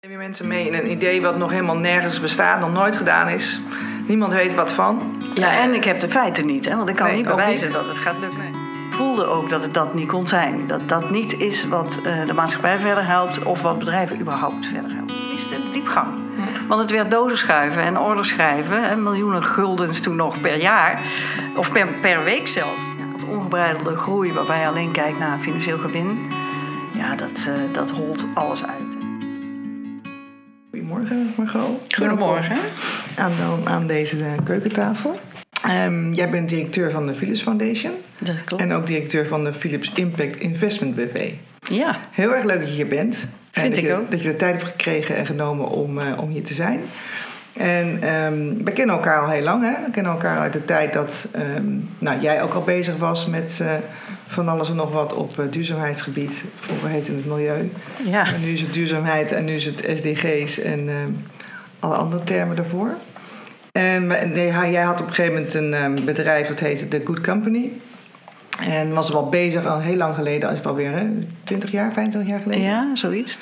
Neem je mensen mee in een idee wat nog helemaal nergens bestaat, nog nooit gedaan is. Niemand weet wat van. Ja, en ik heb de feiten niet, hè, want ik kan niet bewijzen dat het gaat lukken. Nee. Ik voelde ook dat het dat niet kon zijn. Dat dat niet is wat de maatschappij verder helpt of wat bedrijven überhaupt verder helpt. Ik miste de diepgang. Want het werd dozen schuiven en orders schrijven. En miljoenen guldens toen nog per jaar. Of per week zelfs. Ja, dat ongebreidelde groei waarbij je alleen kijkt naar financieel gewin. Ja, dat holt alles uit. Goedemorgen, Margot. Goedemorgen. Aan deze keukentafel. Jij bent directeur van de Philips Foundation. Dat klopt. En ook directeur van de Philips Impact Investment BV. Ja. Heel erg leuk dat je hier bent. Vind ik ook. Dat je de tijd hebt gekregen en genomen om hier te zijn. En we kennen elkaar al heel lang. Hè? We kennen elkaar uit de tijd dat jij ook al bezig was met van alles en nog wat op duurzaamheidsgebied. Vroeger heette het milieu. Ja. En nu is het duurzaamheid en nu is het SDG's en alle andere termen daarvoor. En jij had op een gegeven moment een bedrijf dat heette The Good Company. En was al bezig, al heel lang geleden, is het alweer, hè? 20 jaar, 25 jaar geleden? Ja, zoiets.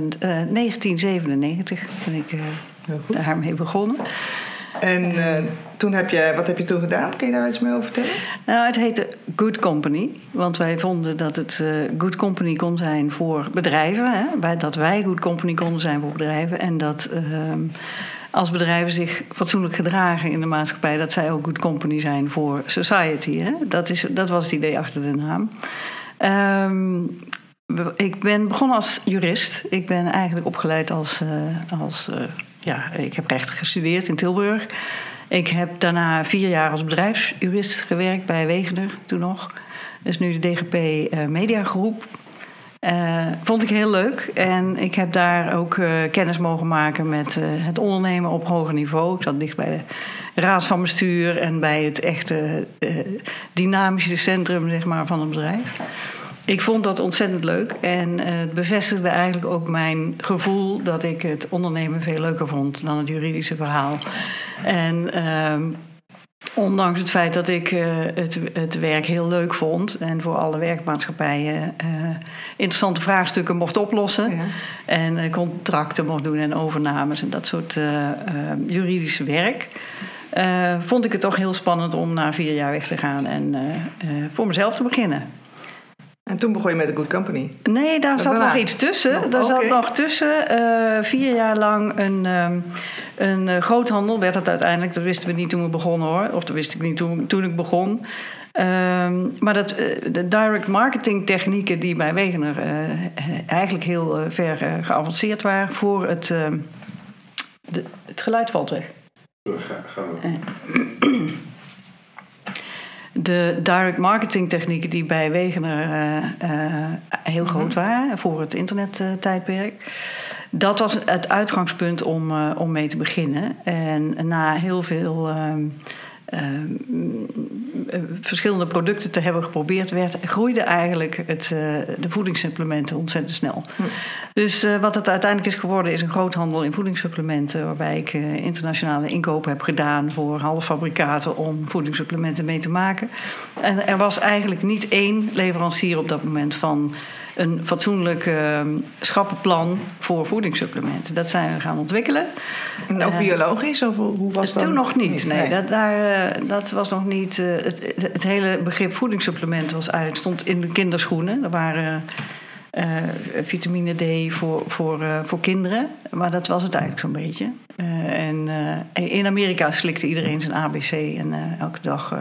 1997 ben ik daarmee begonnen. En wat heb je toen gedaan? Kun je daar iets meer over vertellen? Nou, het heette Good Company. Want wij vonden dat het Good Company kon zijn voor bedrijven. Hè? Dat wij Good Company konden zijn voor bedrijven. En dat als bedrijven zich fatsoenlijk gedragen in de maatschappij, dat zij ook Good Company zijn voor society. Hè? Dat was het idee achter de naam. Ik ben begonnen als jurist. Ik ben eigenlijk opgeleid ik heb rechten gestudeerd in Tilburg. Ik heb daarna 4 jaar als bedrijfsjurist gewerkt bij Wegener toen nog. Dus nu de DGP Mediagroep. Vond ik heel leuk. En ik heb daar ook kennis mogen maken met het ondernemen op hoger niveau. Ik zat dicht bij de raad van bestuur en bij het echte dynamische centrum, zeg maar, van het bedrijf. Ik vond dat ontzettend leuk en het bevestigde eigenlijk ook mijn gevoel dat ik het ondernemen veel leuker vond dan het juridische verhaal. En ondanks het feit dat ik het werk heel leuk vond en voor alle werkmaatschappijen interessante vraagstukken mocht oplossen, ja, en contracten mocht doen en overnames en dat soort juridische werk, vond ik het toch heel spannend om na 4 jaar weg te gaan en voor mezelf te beginnen. En toen begon je met de Good Company? Nee, daar zat nog iets tussen. Zat nog tussen 4 jaar lang een groothandel werd het uiteindelijk. Dat wisten we niet toen we begonnen, hoor. Of dat wist ik niet toen ik begon. Maar de direct marketing technieken die bij Wegener eigenlijk heel ver geavanceerd waren voor het geluid valt weg. Gaan we. De direct marketing technieken die bij Wegener heel groot waren voor het internettijdperk. Dat was het uitgangspunt om mee te beginnen. En na heel veel verschillende producten te hebben geprobeerd groeide eigenlijk de voedingssupplementen ontzettend snel. Dus wat het uiteindelijk is geworden is een groothandel in voedingssupplementen, waarbij ik internationale inkopen heb gedaan voor halffabrikaten om voedingssupplementen mee te maken. En er was eigenlijk niet één leverancier op dat moment van een fatsoenlijk schappenplan voor voedingssupplementen. Dat zijn we gaan ontwikkelen. En ook biologisch? Of hoe was dat? Toen nog niet. Nee. Dat was nog niet. Het hele begrip voedingssupplementen stond in de kinderschoenen. Er waren vitamine D voor kinderen. Maar dat was het eigenlijk zo'n beetje. In Amerika slikte iedereen zijn ABC en elke dag.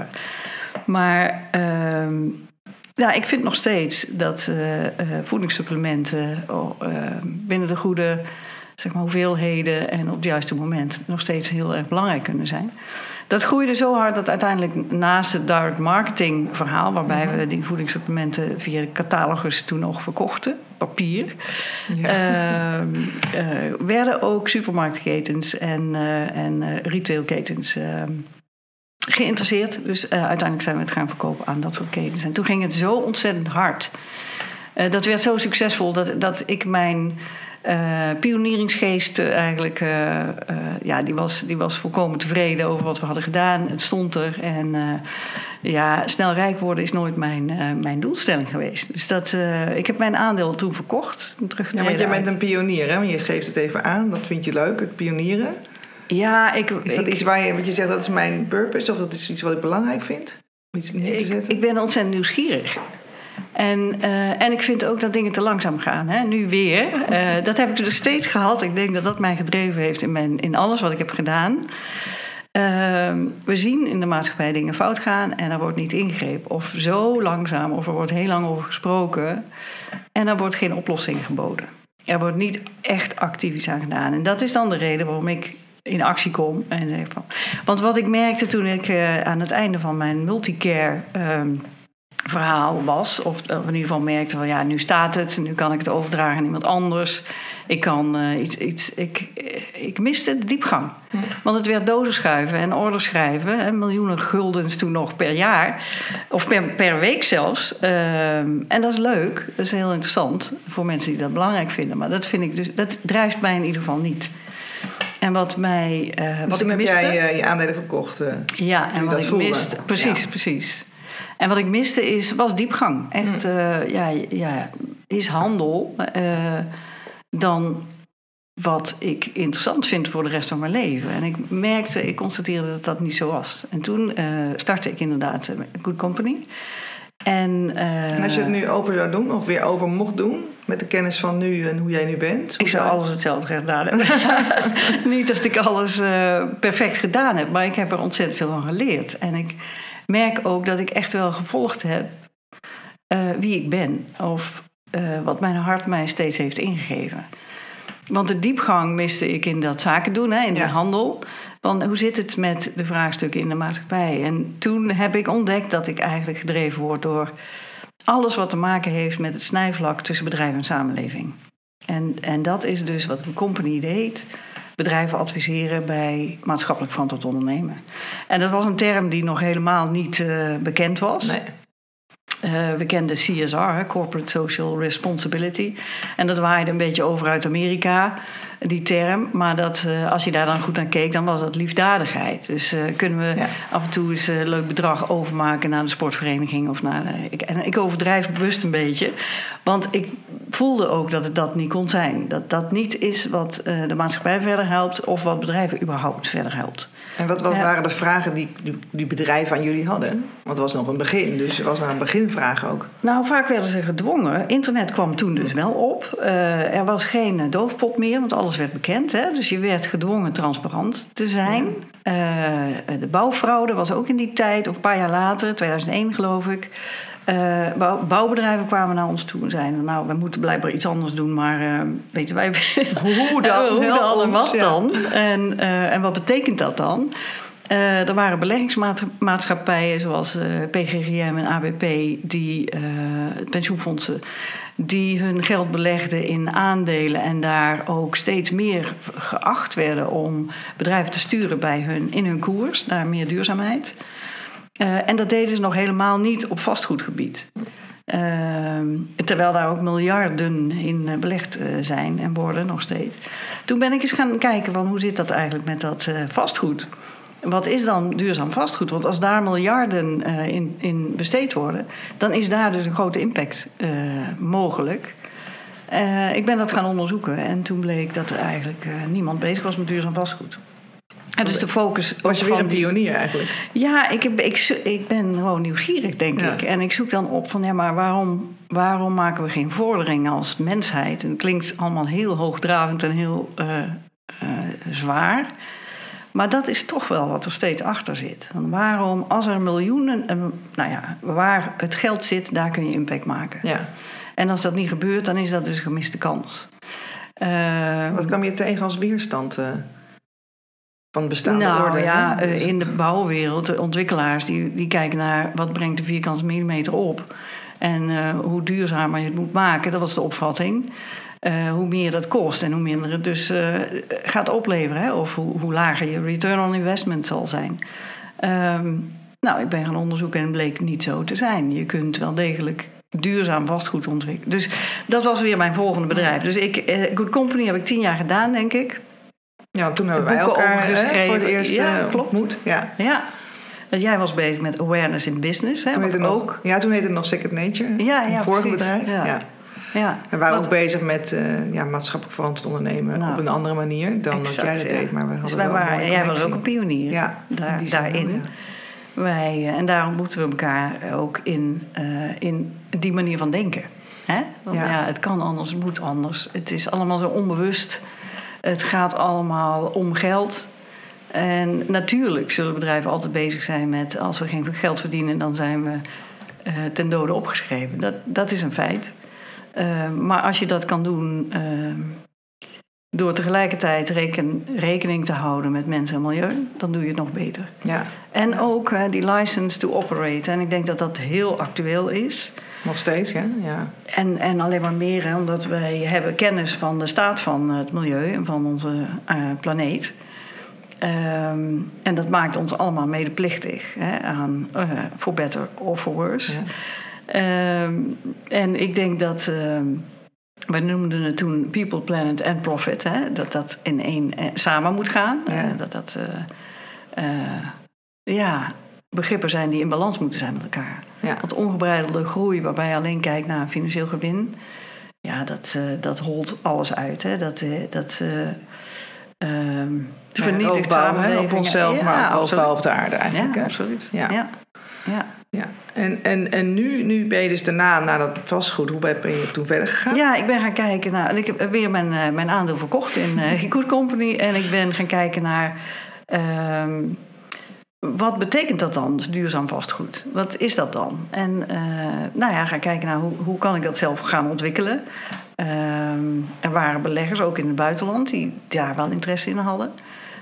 Ja, ik vind nog steeds dat voedingssupplementen binnen de goede, zeg maar, hoeveelheden en op het juiste moment nog steeds heel erg belangrijk kunnen zijn. Dat groeide zo hard dat uiteindelijk naast het direct marketing verhaal, waarbij we die voedingssupplementen via de catalogus toen nog verkochten, papier, werden ook supermarktketens en retailketens geïnteresseerd. Dus uiteindelijk zijn we het gaan verkopen aan dat soort ketens. En toen ging het zo ontzettend hard. Dat werd zo succesvol dat ik mijn Pionieringsgeest eigenlijk, die was volkomen tevreden over wat we hadden gedaan. Het stond er en snel rijk worden is nooit mijn doelstelling geweest. Dus ik heb mijn aandeel toen verkocht. Ja, want je bent een pionier, hè? Je geeft het even aan, dat vind je leuk, het pionieren. Ja, is dat iets wat je zegt, dat is mijn purpose, of dat is iets wat ik belangrijk vind? Om iets neer te zetten? Ik ben ontzettend nieuwsgierig. En ik vind ook dat dingen te langzaam gaan. Hè? Nu weer. Dat heb ik dus steeds gehad. Ik denk dat dat mij gedreven heeft in alles wat ik heb gedaan. We zien in de maatschappij dingen fout gaan en er wordt niet ingegrepen. Of zo langzaam, of er wordt heel lang over gesproken. En er wordt geen oplossing geboden. Er wordt niet echt actief iets aan gedaan. En dat is dan de reden waarom ik in actie kom. Want wat ik merkte toen ik aan het einde van mijn multicare verhaal was, of in ieder geval merkte van nu staat het, nu kan ik het overdragen aan iemand anders. Ik kan ik miste de diepgang. Want het werd dozen schuiven en orders schrijven, miljoenen guldens toen nog per jaar, of per week zelfs. En dat is leuk, dat is heel interessant voor mensen die dat belangrijk vinden, maar dat vind ik dus, dat drijft mij in ieder geval niet. En wat mij dus wat ik miste, heb jij je aandelen verkocht. En wat ik miste, precies. En wat ik miste was diepgang. Echt, is handel dan wat ik interessant vind voor de rest van mijn leven. En ik constateerde dat dat niet zo was. En toen startte ik inderdaad Good Company. En als je het nu over zou doen, of weer over mocht doen, met de kennis van nu en hoe jij nu bent? Ik zou alles hetzelfde gedaan hebben. Niet dat ik alles perfect gedaan heb, maar ik heb er ontzettend veel van geleerd. En ik merk ook dat ik echt wel gevolgd heb wie ik ben. Of wat mijn hart mij steeds heeft ingegeven. Want de diepgang miste ik in dat zaken doen, in de handel. Want hoe zit het met de vraagstukken in de maatschappij? En toen heb ik ontdekt dat ik eigenlijk gedreven word door alles wat te maken heeft met het snijvlak tussen bedrijf en samenleving. En dat is dus wat een company deed. Bedrijven adviseren bij maatschappelijk verantwoord ondernemen. En dat was een term die nog helemaal niet bekend was. Nee. We kenden CSR, Corporate Social Responsibility. En dat waaide een beetje over uit Amerika, die term. Maar als je daar dan goed naar keek, dan was dat liefdadigheid. Dus kunnen we af en toe eens een leuk bedrag overmaken naar de sportvereniging. En ik overdrijf bewust een beetje. Want ik voelde ook dat het dat niet kon zijn. Dat dat niet is wat de maatschappij verder helpt of wat bedrijven überhaupt verder helpt. En wat waren de vragen die bedrijven aan jullie hadden? Want het was nog een begin, dus was er een beginvraag ook? Nou, vaak werden ze gedwongen. Internet kwam toen dus wel op. Er was geen doofpot meer, want alles werd bekend. Hè? Dus je werd gedwongen transparant te zijn. De bouwfraude was ook in die tijd, of een paar jaar later, 2001 geloof ik. Bouwbedrijven kwamen naar ons toe en zeiden, nou, we moeten blijkbaar iets anders doen, maar weten wij hoe dan en wat dan? En wat betekent dat dan? Er waren beleggingsmaatschappijen zoals PGGM en ABP, pensioenfondsen, die hun geld belegden in aandelen en daar ook steeds meer geacht werden om bedrijven te sturen in hun koers, naar meer duurzaamheid. En dat deden ze nog helemaal niet op vastgoedgebied. Terwijl daar ook miljarden in belegd zijn en worden nog steeds. Toen ben ik eens gaan kijken van hoe zit dat eigenlijk met dat vastgoed. Wat is dan duurzaam vastgoed? Want als daar miljarden in besteed worden, dan is daar dus een grote impact mogelijk. Ik ben dat gaan onderzoeken en toen bleek dat er eigenlijk niemand bezig was met duurzaam vastgoed. En dus de focus was je weer een pionier eigenlijk? Ja, ik ben gewoon nieuwsgierig, denk ik. En ik zoek dan op van, maar waarom maken we geen vordering als mensheid? En het klinkt allemaal heel hoogdravend en heel zwaar. Maar dat is toch wel wat er steeds achter zit. Want waarom, als er miljoenen, waar het geld zit, daar kun je impact maken. Ja. En als dat niet gebeurt, dan is dat dus een gemiste kans. Wat kwam je tegen als weerstand van bestaande orde? In de bouwwereld, de ontwikkelaars, die kijken naar wat brengt de vierkante millimeter op. En hoe duurzamer je het moet maken, dat was de opvatting. Hoe meer dat kost en hoe minder het dus gaat opleveren. Hè? Of hoe lager je return on investment zal zijn. Ik ben gaan onderzoeken en het bleek niet zo te zijn. Je kunt wel degelijk duurzaam vastgoed ontwikkelen. Dus dat was weer mijn volgende bedrijf. Dus Good Company heb ik 10 jaar gedaan, denk ik. Ja, toen hebben wij elkaar voor het eerst ontmoet. Ja. Jij was bezig met awareness in business. Hè, toen heette het nog Second Nature. Het vorige bedrijf. Ja. En we waren ook bezig met maatschappelijk verantwoord ondernemen op een andere manier dan dat jij dat deed. Maar we hadden jij was ook een pionier daarin. En daarom moeten we elkaar ook in die manier van denken. Hè? Want het kan anders, het moet anders. Het is allemaal zo onbewust. Het gaat allemaal om geld. En natuurlijk zullen bedrijven altijd bezig zijn met... als we geen geld verdienen, dan zijn we ten dode opgeschreven. Dat is een feit. Maar als je dat kan doen... door tegelijkertijd rekening te houden met mensen en milieu... dan doe je het nog beter. Ja. En ook die license to operate. En ik denk dat dat heel actueel is... Nog steeds, ja. En alleen maar meer, omdat wij hebben kennis van de staat van het milieu en van onze planeet. En dat maakt ons allemaal medeplichtig aan for better or for worse. Ja. En ik denk dat, wij noemden het toen people, planet and profit, dat in één samen moet gaan. Begrippen zijn die in balans moeten zijn met elkaar. Ja. Want ongebreidelde groei, waarbij je alleen kijkt naar financieel gewin... dat holt alles uit. Hè. Dat vernietigt samenleving. Op onszelf, maar ook op de aarde eigenlijk. Ja, absoluut. Ja. En nu ben je dus daarna naar dat vastgoed. Hoe ben je toen verder gegaan? Ja, ik ben gaan kijken naar... Ik heb weer mijn aandeel verkocht in Good Company. En ik ben gaan kijken naar... wat betekent dat dan, duurzaam vastgoed? Wat is dat dan? En gaan kijken naar hoe kan ik dat zelf gaan ontwikkelen. Er waren beleggers, ook in het buitenland, die daar wel interesse in hadden.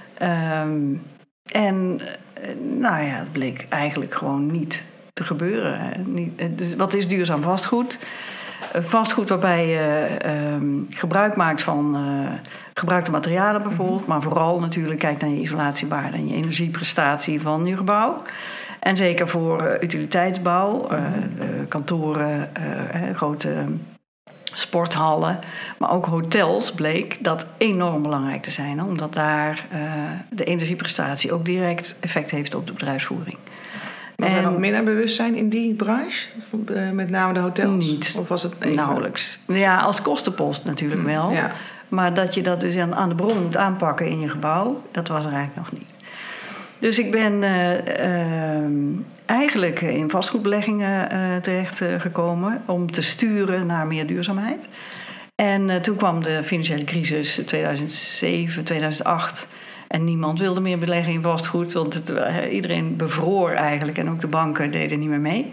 Het bleek eigenlijk gewoon niet te gebeuren. Dus wat is duurzaam vastgoed? Vastgoed waarbij je gebruik maakt van gebruikte materialen bijvoorbeeld. Maar vooral natuurlijk kijkt naar je isolatiewaarde en je energieprestatie van je gebouw. En zeker voor utiliteitsbouw, kantoren, grote sporthallen. Maar ook hotels bleek dat enorm belangrijk te zijn. Omdat daar de energieprestatie ook direct effect heeft op de bedrijfsvoering. Was er nog minder bewustzijn in die branche? Met name de hotels? Niet. Of was het even? Nauwelijks. Ja, als kostenpost natuurlijk wel. Ja. Maar dat je dat dus aan de bron moet aanpakken in je gebouw... dat was er eigenlijk nog niet. Dus ik ben eigenlijk in vastgoedbeleggingen terecht gekomen... om te sturen naar meer duurzaamheid. En toen kwam de financiële crisis 2007, 2008... En niemand wilde meer beleggen in vastgoed, want iedereen bevroor eigenlijk. En ook de banken deden niet meer mee.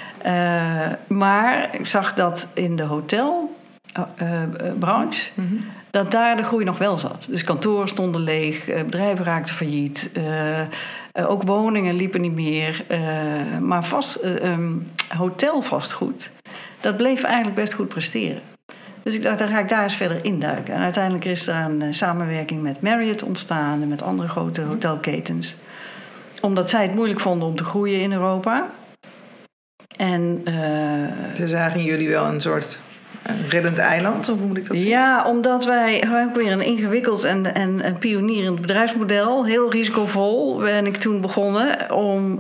Maar ik zag dat in de hotelbranche, dat daar de groei nog wel zat. Dus kantoren stonden leeg, bedrijven raakten failliet. Ook woningen liepen niet meer. Maar hotelvastgoed, dat bleef eigenlijk best goed presteren. Dus ik dacht, dan ga ik daar eens verder induiken. En uiteindelijk is er een samenwerking met Marriott ontstaan... en met andere grote hotelketens. Omdat zij het moeilijk vonden om te groeien in Europa. En ze zagen jullie wel een soort reddend eiland, of hoe moet ik dat zien? Ja, omdat wij ook weer een ingewikkeld en pionierend bedrijfsmodel... heel risicovol ben ik toen begonnen om...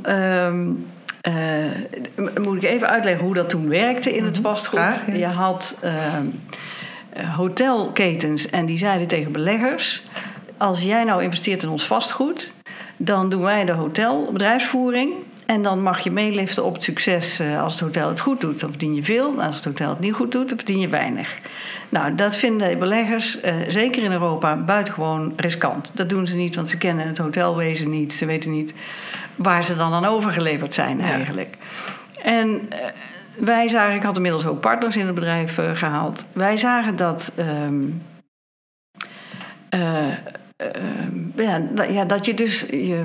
moet ik even uitleggen hoe dat toen werkte in het vastgoed. Graag, ja. Je had hotelketens en die zeiden tegen beleggers... als jij nou investeert in ons vastgoed... dan doen wij de hotelbedrijfsvoering... en dan mag je meeliften op het succes als het hotel het goed doet. Dan verdien je veel. Als het hotel het niet goed doet, dan verdien je weinig. Nou, dat vinden beleggers, zeker in Europa, buitengewoon riskant. Dat doen ze niet, want ze kennen het hotelwezen niet. Ze weten niet waar ze dan aan overgeleverd zijn eigenlijk. En wij zagen, ik had inmiddels ook partners in het bedrijf gehaald. Wij zagen dat... dat je dus je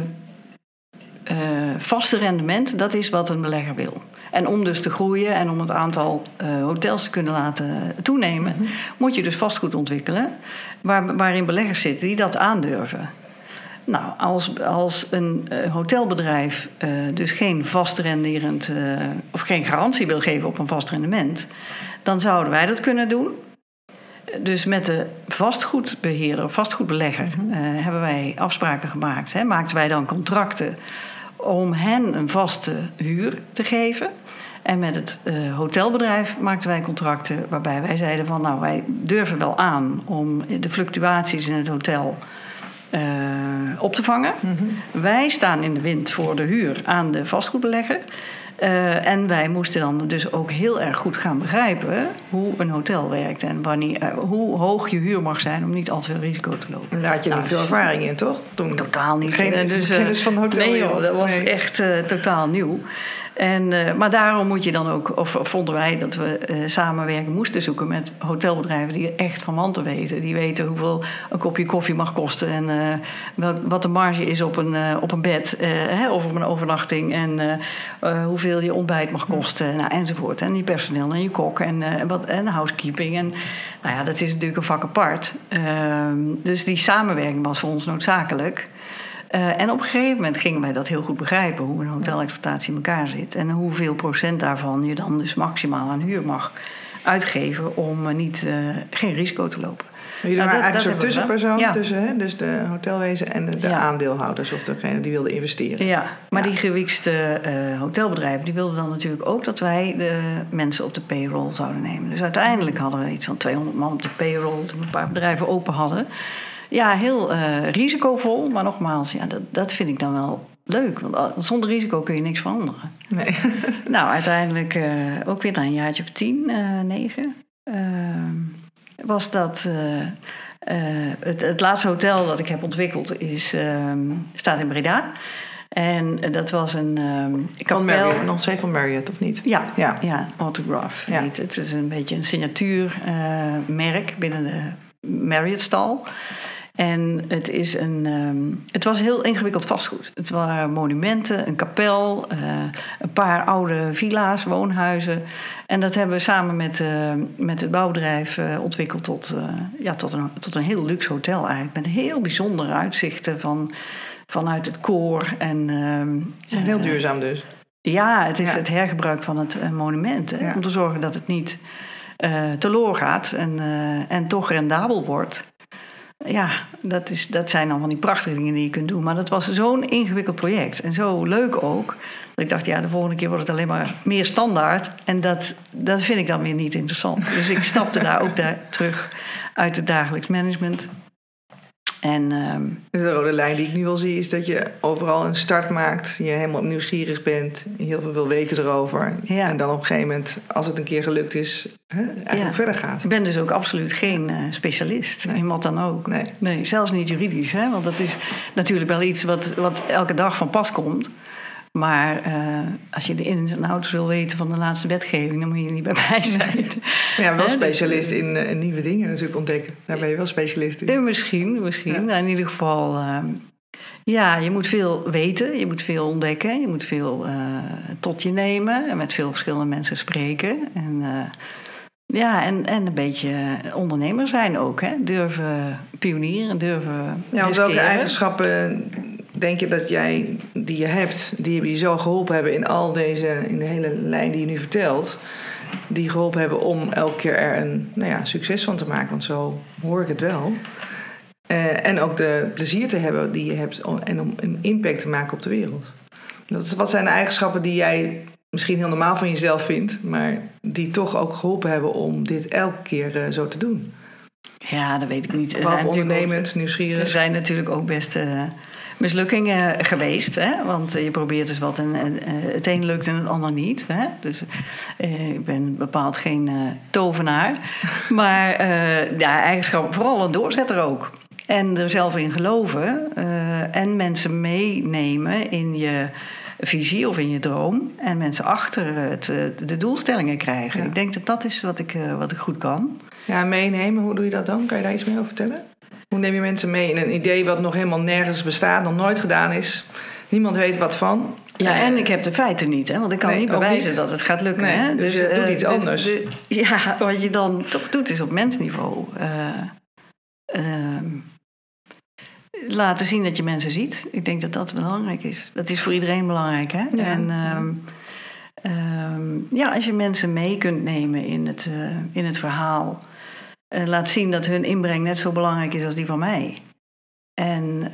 vaste rendement, dat is wat een belegger wil. En om dus te groeien en om het aantal hotels te kunnen laten toenemen... moet je dus vastgoed ontwikkelen waarin beleggers zitten die dat aandurven. Nou, als een hotelbedrijf dus geen vast renderend of geen garantie wil geven op een vast rendement, dan zouden wij dat kunnen doen. Dus met de vastgoedbeheerder, vastgoedbelegger, hebben wij afspraken gemaakt. Hè, maakten wij dan contracten om hen een vaste huur te geven. En met het hotelbedrijf maakten wij contracten waarbij wij zeiden van, nou, wij durven wel aan om de fluctuaties in het hotel op te vangen. Wij staan in de wind voor de huur aan de vastgoedbelegger. En wij moesten dan dus ook heel erg goed gaan begrijpen hoe een hotel werkt en hoe hoog je huur mag zijn om niet al te veel risico te lopen. En daar had je niet veel ervaring in, toch? Totaal niet. Geen kennis van hotel. Nee joh, dat was echt totaal nieuw. Maar daarom moet je dan ook, of vonden wij dat we samenwerken moesten zoeken met hotelbedrijven die er echt van wanten weten. Die weten hoeveel een kopje koffie mag kosten en wat de marge is op een bed of op een overnachting en hoeveel je ontbijt mag kosten enzovoort. En je personeel en je kok en housekeeping. En nou ja, dat is natuurlijk een vak apart. Dus die samenwerking was voor ons noodzakelijk. En op een gegeven moment gingen wij dat heel goed begrijpen, hoe een hotelexploitatie in elkaar zit. En hoeveel procent daarvan je dan dus maximaal aan huur mag uitgeven om geen risico te lopen. Jullie waren eigenlijk zo'n tussenpersoon tussen dus de hotelwezen en de aandeelhouders of degene die wilden investeren. Ja, maar die gewikste hotelbedrijven die wilden dan natuurlijk ook dat wij de mensen op de payroll zouden nemen. Dus uiteindelijk hadden we iets van 200 man op de payroll toen we een paar bedrijven open hadden. Ja, heel risicovol, maar nogmaals, dat vind ik dan wel leuk. Want zonder risico kun je niks veranderen. Nee. Nou, uiteindelijk ook weer na een jaartje of 10, 9... was dat het laatste hotel dat ik heb ontwikkeld staat in Breda. En dat was een kapel. Van Marriott, nog steeds van Marriott, of niet? Ja, Autograph. Ja. Het is een beetje een signatuurmerk binnen de Marriott-stal. En het was heel ingewikkeld vastgoed. Het waren monumenten, een kapel, een paar oude villa's, woonhuizen. En dat hebben we samen met het bouwbedrijf ontwikkeld tot een heel luxe hotel eigenlijk. Met heel bijzondere uitzichten vanuit het koor. En heel duurzaam dus. Ja, het is het hergebruik van het monument. Hè, om te zorgen dat het niet teloor gaat en toch rendabel wordt. Ja, dat zijn dan van die prachtige dingen die je kunt doen. Maar dat was zo'n ingewikkeld project. En zo leuk ook. Dat ik dacht, de volgende keer wordt het alleen maar meer standaard. En dat vind ik dan weer niet interessant. Dus ik stapte daar ook terug uit het dagelijks management. En de rode lijn die ik nu al zie is dat je overal een start maakt. Je helemaal nieuwsgierig bent. Heel veel wil weten erover. Ja. En dan op een gegeven moment, als het een keer gelukt is, eigenlijk verder gaat. Ik ben dus ook absoluut geen specialist. In wat dan ook. Nee, zelfs niet juridisch. Hè? Want dat is natuurlijk wel iets wat elke dag van pas komt. Maar als je de ins en outs wil weten van de laatste wetgeving, dan moet je niet bij mij zijn. Ja, wel specialist in nieuwe dingen natuurlijk ontdekken. Daar ben je wel specialist in. Misschien. Ja. Nou, in ieder geval, je moet veel weten, je moet veel ontdekken, je moet veel tot je nemen en met veel verschillende mensen spreken. En een beetje ondernemer zijn ook, hè? Durven pionieren, durven riskeren. Welke eigenschappen denk je dat die je hebt, die je zo geholpen hebben in de hele lijn die je nu vertelt, die geholpen hebben om elke keer er een succes van te maken? Want zo hoor ik het wel. En ook de plezier te hebben die je hebt en om een impact te maken op de wereld. Wat zijn de eigenschappen die jij misschien heel normaal van jezelf vindt, maar die toch ook geholpen hebben om dit elke keer zo te doen? Ja, dat weet ik niet. Behalve ondernemend, nieuwsgierig. Er zijn natuurlijk ook best mislukkingen geweest. Hè? Want je probeert dus wat en het een lukt en het ander niet. Hè? Dus ik ben bepaald geen tovenaar. Maar eigenschappen, vooral een doorzetter ook. En er zelf in geloven. En mensen meenemen in je visie of in je droom. En mensen achter de doelstellingen krijgen. Ja. Ik denk dat is wat ik goed kan. Ja, meenemen, hoe doe je dat dan? Kan je daar iets meer over vertellen? Hoe neem je mensen mee in een idee wat nog helemaal nergens bestaat, nog nooit gedaan is? Niemand weet wat van. Ja, en ik heb de feiten niet, hè? Want ik kan niet bewijzen dat het gaat lukken. Nee, hè? Dus doe iets anders. Wat je dan toch doet is op mensniveau. laten zien dat je mensen ziet. Ik denk dat dat belangrijk is. Dat is voor iedereen belangrijk, hè? Ja. En als je mensen mee kunt nemen in het verhaal, laat zien dat hun inbreng net zo belangrijk is als die van mij. En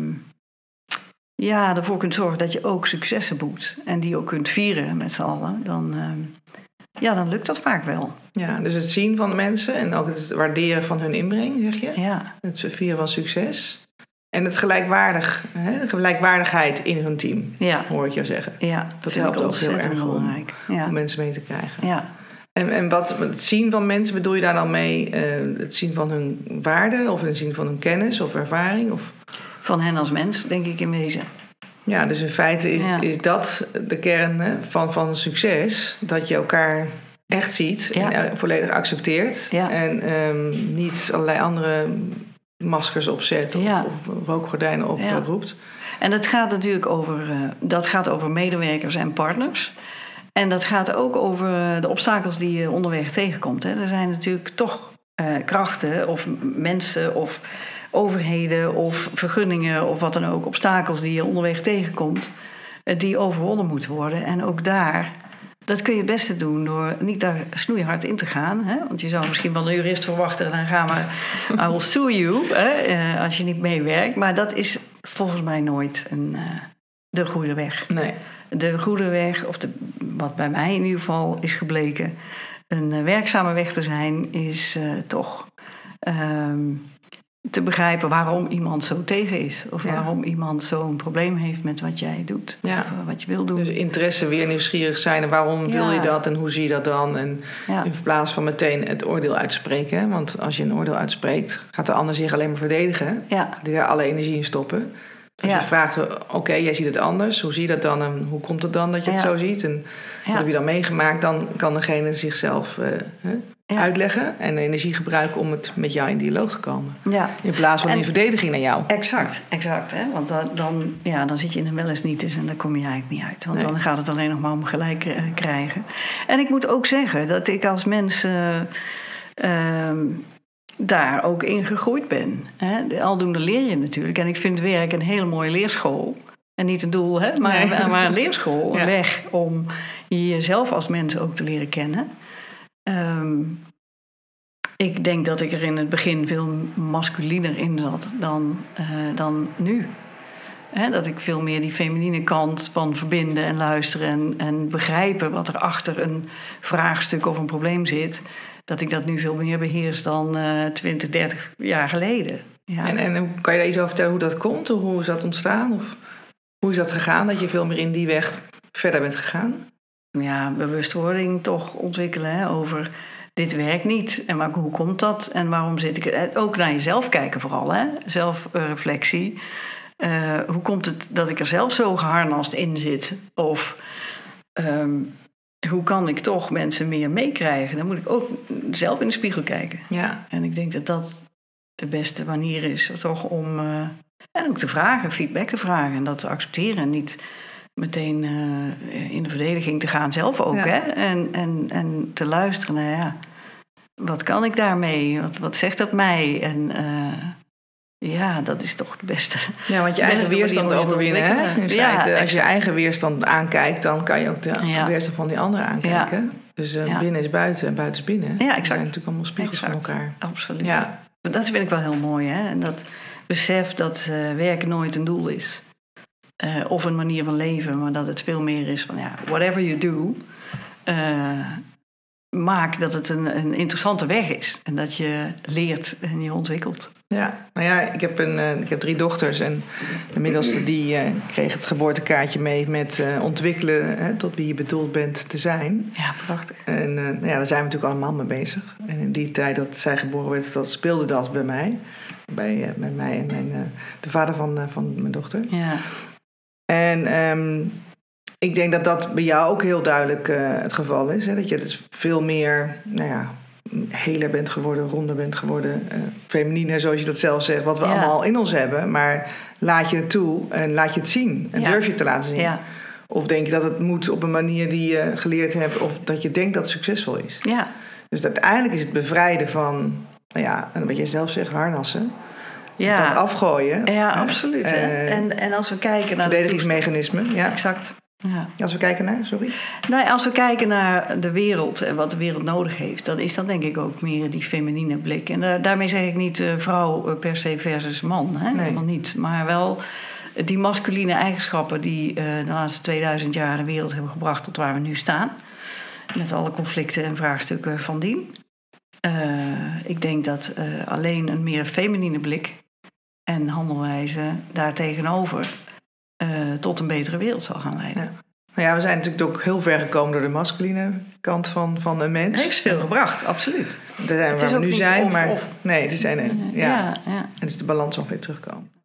ervoor kunt zorgen dat je ook successen boekt en die ook kunt vieren met z'n allen, dan lukt dat vaak wel. Ja, dus het zien van de mensen en ook het waarderen van hun inbreng, zeg je? Ja. Het vieren van succes. En het de gelijkwaardigheid in hun team, hoor ik jou zeggen. Ja, dat helpt ook heel erg belangrijk. Om mensen mee te krijgen. Ja. En wat het zien van mensen, bedoel je daar dan mee het zien van hun waarde of het zien van hun kennis of ervaring? Of? Van hen als mens, denk ik in wezen. Ja, dus in feite is dat de kern van succes. Dat je elkaar echt ziet en volledig accepteert. Ja. En niet allerlei andere maskers opzet of rookgordijnen oproept. En het gaat natuurlijk over medewerkers en partners. En dat gaat ook over de obstakels die je onderweg tegenkomt. Hè. Er zijn natuurlijk toch krachten of mensen of overheden of vergunningen of wat dan ook, obstakels die je onderweg tegenkomt, die overwonnen moeten worden. En ook dat kun je het beste doen door niet daar snoeihard in te gaan. Hè? Want je zou misschien van een jurist verwachten, dan gaan we, I will sue you, als je niet meewerkt. Maar dat is volgens mij nooit de goede weg. Nee. De goede weg, wat bij mij in ieder geval is gebleken, een werkzame weg te zijn, is toch te begrijpen waarom iemand zo tegen is. Of waarom iemand zo'n probleem heeft met wat jij doet. Ja. Of wat je wil doen. Dus interesse, weer nieuwsgierig zijn. En waarom wil je dat en hoe zie je dat dan? En in plaats van meteen het oordeel uitspreken. Hè? Want als je een oordeel uitspreekt, gaat de ander zich alleen maar verdedigen. Ja. Die daar alle energie in stoppen. Dus je vraagt, oké, jij ziet het anders. Hoe zie je dat dan? En hoe komt het dan dat je het zo ziet? En wat heb je dan meegemaakt? Dan kan degene zichzelf uitleggen en energie gebruiken om het met jou in dialoog te komen. Ja. In plaats van die verdediging naar jou. Exact. Hè? Want dan zit je in een wel eens niet eens en daar kom je eigenlijk niet uit. Want dan gaat het alleen nog maar om gelijk krijgen. En ik moet ook zeggen dat ik als mens daar ook in gegroeid ben. Hè? Aldoende leer je natuurlijk. En ik vind werk een hele mooie leerschool. En niet een doel, hè? Maar een leerschool. Een weg om jezelf als mens ook te leren kennen. Ik denk dat ik er in het begin veel masculiner in zat dan nu. Dat ik veel meer die feminine kant van verbinden en luisteren en begrijpen wat er achter een vraagstuk of een probleem zit, dat ik dat nu veel meer beheers dan 20, 30 jaar geleden. Ja. En kan je daar iets over vertellen hoe dat komt? Hoe is dat ontstaan? Of hoe is dat gegaan, dat je veel meer in die weg verder bent gegaan? Ja, bewustwording toch ontwikkelen over dit werkt niet. En hoe komt dat? En waarom zit ik... Ook naar jezelf kijken vooral, hè? Zelfreflectie. Hoe komt het dat ik er zelf zo geharnast in zit? Of hoe kan ik toch mensen meer meekrijgen? Dan moet ik ook zelf in de spiegel kijken. Ja. En ik denk dat dat de beste manier is, toch om... en ook te vragen, feedback te vragen en dat te accepteren en niet meteen in de verdediging te gaan zelf ook. Ja. Hè? En te luisteren naar, wat kan ik daarmee? Wat zegt dat mij? En dat is toch het beste. Ja, want je eigen weerstand overwinnen. Hè? In feite, als je je eigen weerstand aankijkt, dan kan je ook de weerstand van die anderen aankijken. Ja. Dus binnen is buiten en buiten is binnen. Ja, exact. Dat zijn natuurlijk allemaal spiegels van elkaar. Absoluut. Ja. Dat vind ik wel heel mooi. Hè? En dat besef dat werken nooit een doel is. Of een manier van leven, maar dat het veel meer is van whatever you do, maak dat het een interessante weg is. En dat je leert en je ontwikkelt. Ja, ik heb 3 dochters en de middelste die kreeg het geboortekaartje mee met ontwikkelen tot wie je bedoeld bent te zijn. Ja, prachtig. En daar zijn we natuurlijk allemaal mee bezig. En in die tijd dat zij geboren werd, speelde dat bij mij. Met mij en de vader van mijn dochter. Ja. En ik denk dat dat bij jou ook heel duidelijk het geval is. Hè? Dat je dus veel meer heler bent geworden, ronder bent geworden. Feminine, zoals je dat zelf zegt, wat we allemaal in ons hebben. Maar laat je het toe en laat je het zien. En durf je het te laten zien. Ja. Of denk je dat het moet op een manier die je geleerd hebt. Of dat je denkt dat het succesvol is. Ja. Dus uiteindelijk is het bevrijden van, en wat je zelf zegt, harnassen. Ja. Dat afgooien. Ja, absoluut. Hè? En als we kijken naar... Verdedigingsmechanisme, ja. Exact. Ja. Als we kijken naar, sorry? Nou, als we kijken naar de wereld en wat de wereld nodig heeft... dan is dat denk ik ook meer die feminine blik. En daarmee zeg ik niet vrouw per se versus man. Hè? Nee. Helemaal niet. Maar wel die masculine eigenschappen... die de laatste 2000 jaar de wereld hebben gebracht tot waar we nu staan. Met alle conflicten en vraagstukken van dien. Ik denk dat alleen een meer feminine blik... en handelwijze daartegenover... tot een betere wereld zal gaan leiden. Ja. Nou ja, we zijn natuurlijk ook heel ver gekomen door de masculine kant van een mens. Het heeft veel gebracht, absoluut. Daar zijn we waar we nu zijn, maar nee, het is ja. En dus de balans zal weer terugkomen.